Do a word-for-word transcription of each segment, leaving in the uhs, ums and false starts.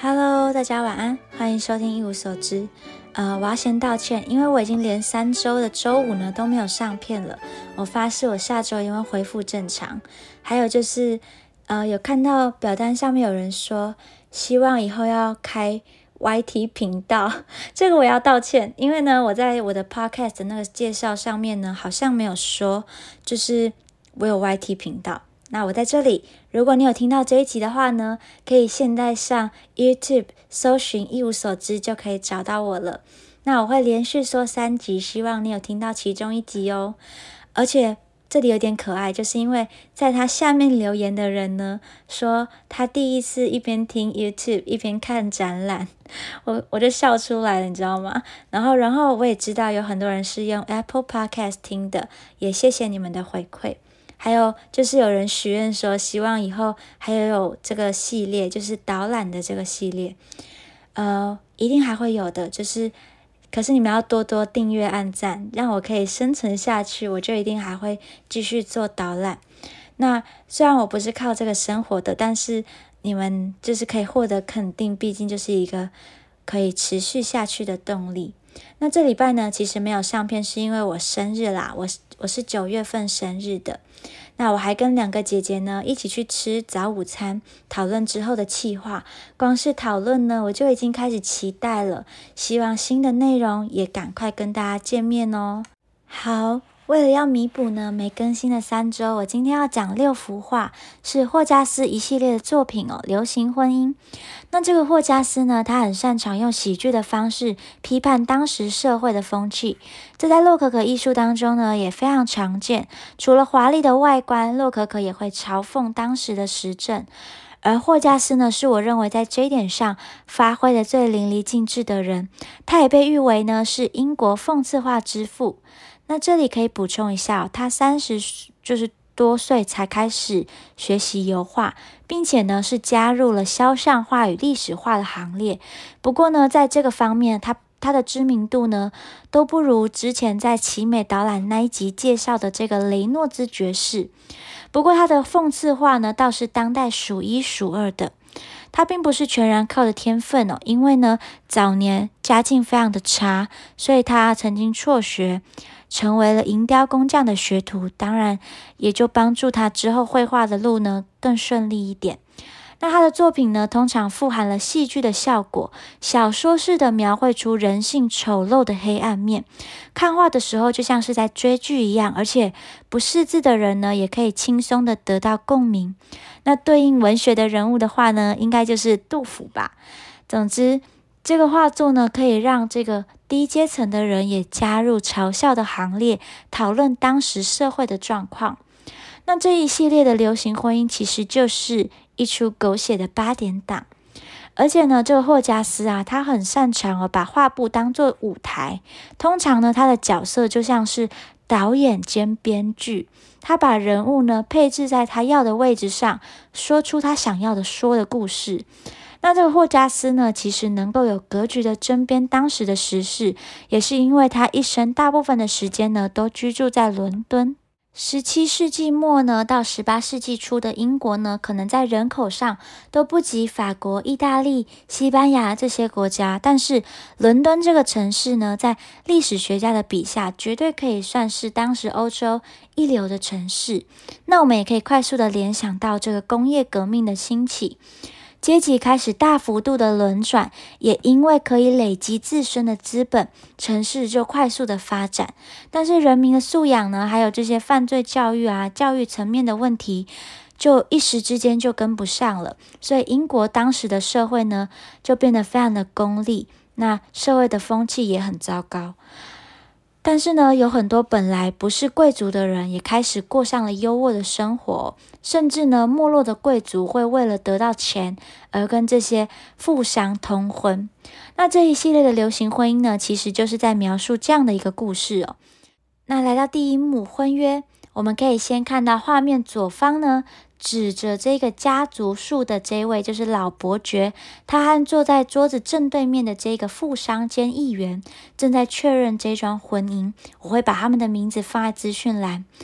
Hello， 大家晚安，欢迎收听一无所知。呃，我要先道歉，因为我已经连三周的周五呢都没有上片了。我发誓，我下周一定会恢复正常。还有就是，呃，有看到表单上面有人说，希望以后要开 Y T 频道，这个我要道歉，因为呢，我在我的 podcast 的那个介绍上面呢，好像没有说，就是我有 Y T 频道。那我在这里，如果你有听到这一集的话呢，可以现在上 YouTube 搜寻一无所知就可以找到我了。那我会连续说三集，希望你有听到其中一集哦。而且这里有点可爱，就是因为在他下面留言的人呢，说他第一次一边听 YouTube 一边看展览，我我就笑出来了，你知道吗？然后然后我也知道有很多人是用 Apple Podcast 听的，也谢谢你们的回馈。还有就是有人许愿说，希望以后还有有这个系列，就是导览的这个系列，呃，一定还会有的。就是，可是你们要多多订阅、按赞，让我可以生存下去，我就一定还会继续做导览。那虽然我不是靠这个生活的，但是你们就是可以获得肯定，毕竟就是一个可以持续下去的动力。那这礼拜呢，其实没有上片，是因为我生日啦，我我是九月份生日的。那我还跟两个姐姐呢一起去吃早午餐，讨论之后的企划。光是讨论呢，我就已经开始期待了，希望新的内容也赶快跟大家见面哦。好，为了要弥补呢没更新的三周，我今天要讲六幅画，是霍加斯一系列的作品哦，流行婚姻。那这个霍加斯呢，他很擅长用喜剧的方式批判当时社会的风气，这在洛可可艺术当中呢也非常常见。除了华丽的外观，洛可可也会嘲讽当时的时政。而霍加斯呢，是我认为在这一点上发挥的最淋漓尽致的人，他也被誉为呢是英国讽刺画之父。那这里可以补充一下，他三十就是多岁才开始学习油画，并且呢是加入了肖像画与历史画的行列。不过呢，在这个方面，他他的知名度呢都不如之前在奇美导览那一集介绍的这个雷诺兹爵士。不过他的讽刺画呢，倒是当代数一数二的。他并不是全然靠着天分哦，因为呢早年家境非常的差，所以他曾经辍学，成为了银雕工匠的学徒，当然也就帮助他之后绘画的路呢更顺利一点。那他的作品呢，通常富含了戏剧的效果，小说式的描绘出人性丑陋的黑暗面。看画的时候就像是在追剧一样，而且不识字的人呢，也可以轻松的得到共鸣。那对应文学的人物的话呢，应该就是杜甫吧。总之，这个画作呢，可以让这个低阶层的人也加入嘲笑的行列，讨论当时社会的状况。那这一系列的流行婚姻其实就是一出狗血的八点档。而且呢，这个霍加斯啊，他很擅长哦，把画布当作舞台。通常呢，他的角色就像是导演兼编剧，他把人物呢配置在他要的位置上，说出他想要的说的故事。那这个霍加斯呢，其实能够有格局的针砭当时的时事，也是因为他一生大部分的时间呢，都居住在伦敦。十七世纪末呢，到十八世纪初的英国呢，可能在人口上都不及法国、意大利、西班牙这些国家，但是伦敦这个城市呢，在历史学家的笔下，绝对可以算是当时欧洲一流的城市。那我们也可以快速的联想到这个工业革命的兴起，阶级开始大幅度的轮转，也因为可以累积自身的资本，城市就快速的发展。但是人民的素养呢，还有这些犯罪教育啊，教育层面的问题，就一时之间就跟不上了。所以英国当时的社会呢，就变得非常的功利，那社会的风气也很糟糕。但是呢，有很多本来不是贵族的人也开始过上了优渥的生活，甚至呢，没落的贵族会为了得到钱而跟这些富商通婚。那这一系列的流行婚姻呢，其实就是在描述这样的一个故事哦。那来到第一幕婚约，我们可以先看到画面左方呢，指着这个家族树的这位就是老伯爵，他和坐在桌子正对面的这个富商兼议员正在确认这桩婚姻，我会把他们的名字放在资讯栏。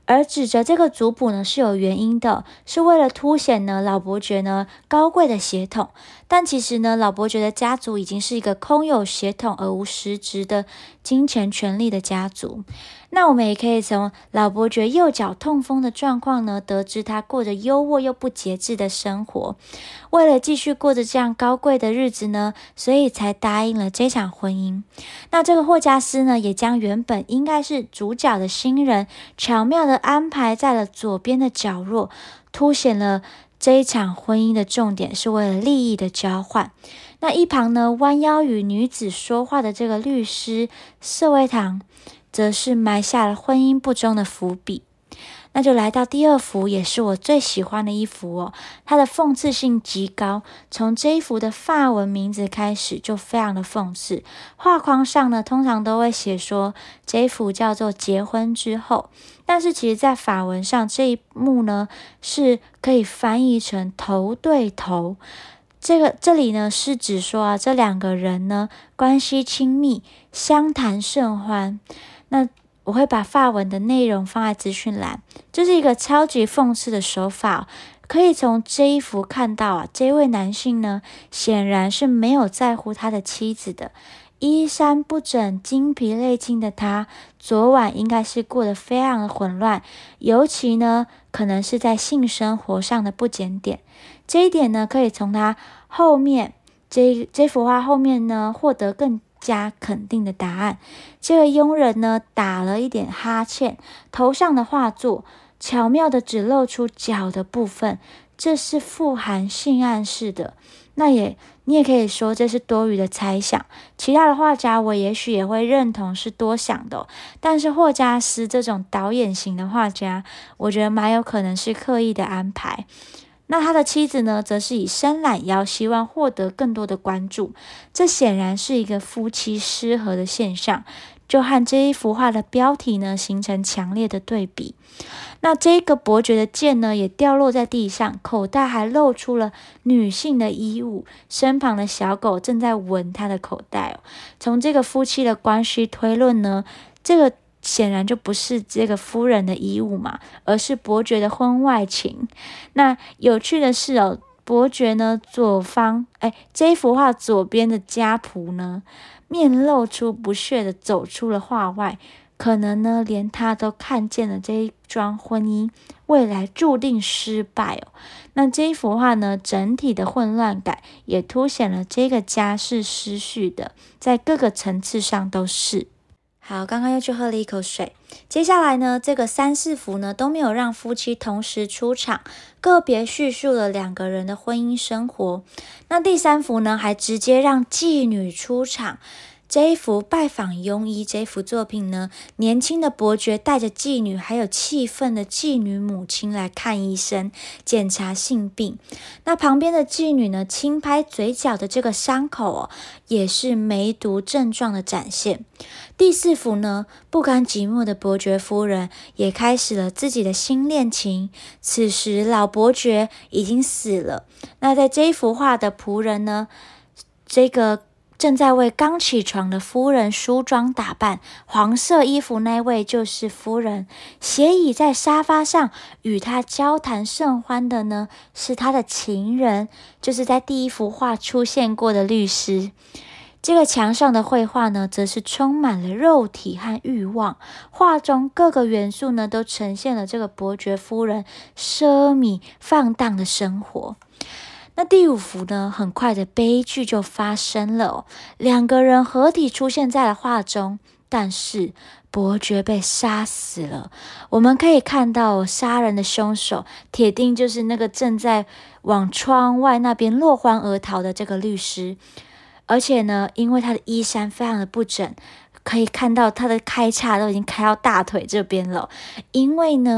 而指着这个族谱呢是有原因的，是为了凸显呢老伯爵呢高贵的血统。但其实呢，老伯爵的家族已经是一个空有血统而无实质的金钱权力的家族。那我们也可以从老伯爵右脚痛风的状况呢，得知他过着优渥又不节制的生活。为了继续过着这样高贵的日子呢，所以才答应了这场婚姻。那这个霍加斯呢，也将原本应该是主角的新人，巧妙地安排在了左边的角落，凸显了这一场婚姻的重点是为了利益的交换。那一旁呢，弯腰与女子说话的这个律师瑟薇唐，则是埋下了婚姻不忠的伏笔。那就来到第二幅，也是我最喜欢的一幅哦，它的讽刺性极高。从这一幅的法文名字开始就非常的讽刺，画框上呢通常都会写说这一幅叫做结婚之后，但是其实在法文上这一幕呢是可以翻译成头对头。这个这里呢是指说啊，这两个人呢关系亲密，相谈甚欢。那我会把法文的内容放在资讯栏，这是一个超级讽刺的手法哦。可以从这一幅看到啊，这位男性呢显然是没有在乎他的妻子的，衣衫不整、精疲力尽的他，昨晚应该是过得非常的混乱，尤其呢可能是在性生活上的不检点。这一点呢可以从他后面这这幅画后面呢获得更加肯定的答案。这个佣人呢打了一点哈欠，头上的画作巧妙的只露出脚的部分，这是富含性暗示的。那也你也可以说这是多余的猜想，其他的画家我也许也会认同是多想的哦，但是霍加斯这种导演型的画家，我觉得蛮有可能是刻意的安排。那他的妻子呢，则是以伸懒腰，希望获得更多的关注。这显然是一个夫妻失和的现象，就和这一幅画的标题呢，形成强烈的对比。那这个伯爵的剑呢，也掉落在地上，口袋还露出了女性的衣物，身旁的小狗正在闻他的口袋哦。从这个夫妻的关系推论呢，这个显然就不是这个夫人的衣物嘛，而是伯爵的婚外情。那有趣的是哦，伯爵呢左方，哎，这幅画左边的家仆呢，面露出不屑的走出了画外，可能呢连他都看见了这一桩婚姻未来注定失败哦。那这一幅画呢，整体的混乱感也凸显了这个家是失序的，在各个层次上都是。好，刚刚又去喝了一口水。接下来呢，这个三四幅呢都没有让夫妻同时出场，个别叙述了两个人的婚姻生活。那第三幅呢，还直接让妓女出场。这一幅拜访庸医这一幅作品呢，年轻的伯爵带着妓女还有气愤的妓女母亲来看医生，检查性病。那旁边的妓女呢，轻拍嘴角的这个伤口哦，也是梅毒症状的展现。第四幅呢，不甘寂寞的伯爵夫人也开始了自己的新恋情。此时老伯爵已经死了。那在这一幅画的仆人呢，这个正在为刚起床的夫人梳妆打扮，黄色衣服那位就是夫人。斜倚在沙发上与她交谈甚欢的呢，是她的情人，就是在第一幅画出现过的律师。这个墙上的绘画呢，则是充满了肉体和欲望。画中各个元素呢，都呈现了这个伯爵夫人奢靡放荡的生活。那第五幅呢，很快的悲剧就发生了哦，两个人合体出现在了画中，但是伯爵被杀死了。我们可以看到杀人的凶手铁定就是那个正在往窗外那边落荒而逃的这个律师，而且呢，因为他的衣衫非常的不整，可以看到他的开叉都已经开到大腿这边了。因为呢，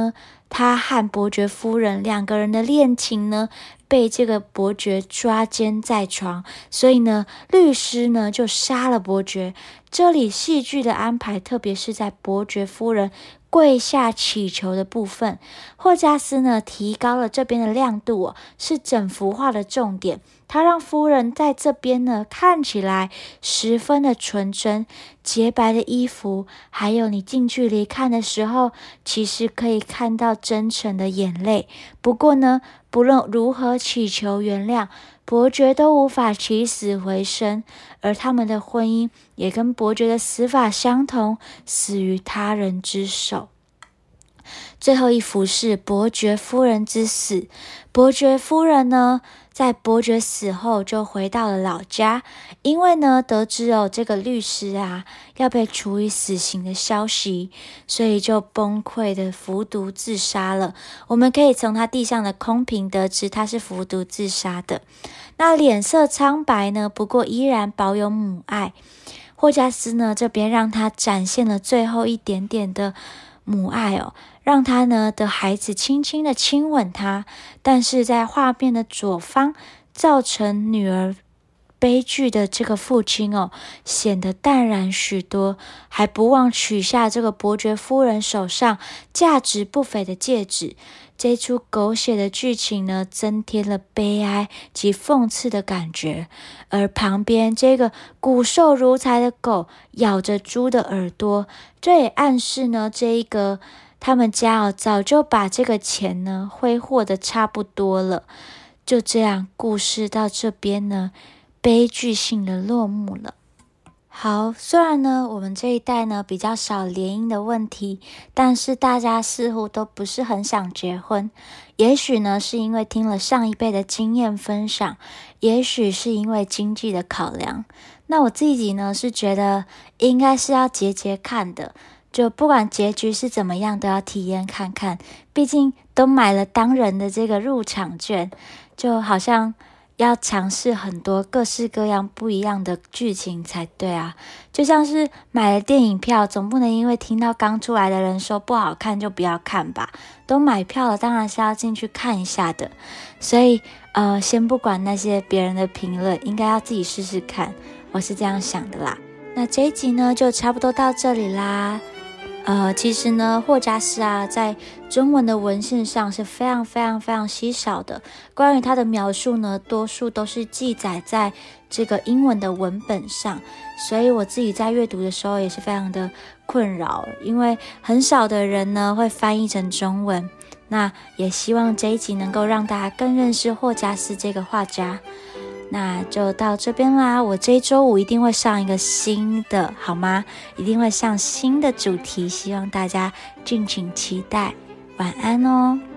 他和伯爵夫人两个人的恋情呢，被这个伯爵抓奸在床，所以呢，律师呢就杀了伯爵。这里戏剧的安排，特别是在伯爵夫人跪下祈求的部分，霍加斯呢提高了这边的亮度哦，是整幅画的重点。他让夫人在这边呢看起来十分的纯真，洁白的衣服，还有你近距离看的时候，其实可以看到真诚的眼泪。不过呢，不论如何祈求原谅，伯爵都无法起死回生，而他们的婚姻也跟伯爵的死法相同，死于他人之手。最后一幅是伯爵夫人之死。伯爵夫人呢，在伯爵死后就回到了老家，因为呢得知哦这个律师啊要被处以死刑的消息，所以就崩溃的服毒自杀了。我们可以从他地上的空瓶得知他是服毒自杀的。那脸色苍白呢，不过依然保有母爱。霍加斯呢这边让他展现了最后一点点的母爱哦，让他呢的孩子轻轻的亲吻他，但是在画面的左方，造成女儿悲剧的这个父亲哦，显得淡然许多，还不忘取下这个伯爵夫人手上价值不菲的戒指。这出狗血的剧情呢，增添了悲哀及讽刺的感觉。而旁边这个骨瘦如柴的狗咬着猪的耳朵，这也暗示呢，这一个他们家哦，早就把这个钱呢挥霍的差不多了。就这样，故事到这边呢，悲剧性的落幕了。好，虽然呢，我们这一代呢比较少联姻的问题，但是大家似乎都不是很想结婚。也许呢，是因为听了上一辈的经验分享，也许是因为经济的考量。那我自己呢，是觉得应该是要结结看的，就不管结局是怎么样，都要体验看看。毕竟都买了当人的这个入场券，就好像要尝试很多各式各样不一样的剧情才对啊。就像是买了电影票，总不能因为听到刚出来的人说不好看就不要看吧。都买票了，当然是要进去看一下的。所以呃，先不管那些别人的评论，应该要自己试试看，我是这样想的啦。那这一集呢就差不多到这里啦。呃，其实呢，霍加斯啊，在中文的文献上是非常非常非常稀少的。关于他的描述呢，多数都是记载在这个英文的文本上，所以我自己在阅读的时候也是非常的困扰，因为很少的人呢会翻译成中文。那也希望这一集能够让大家更认识霍加斯这个画家。那就到这边啦，我这一周五一定会上一个新的，好吗？一定会上新的主题，希望大家敬请期待。晚安哦。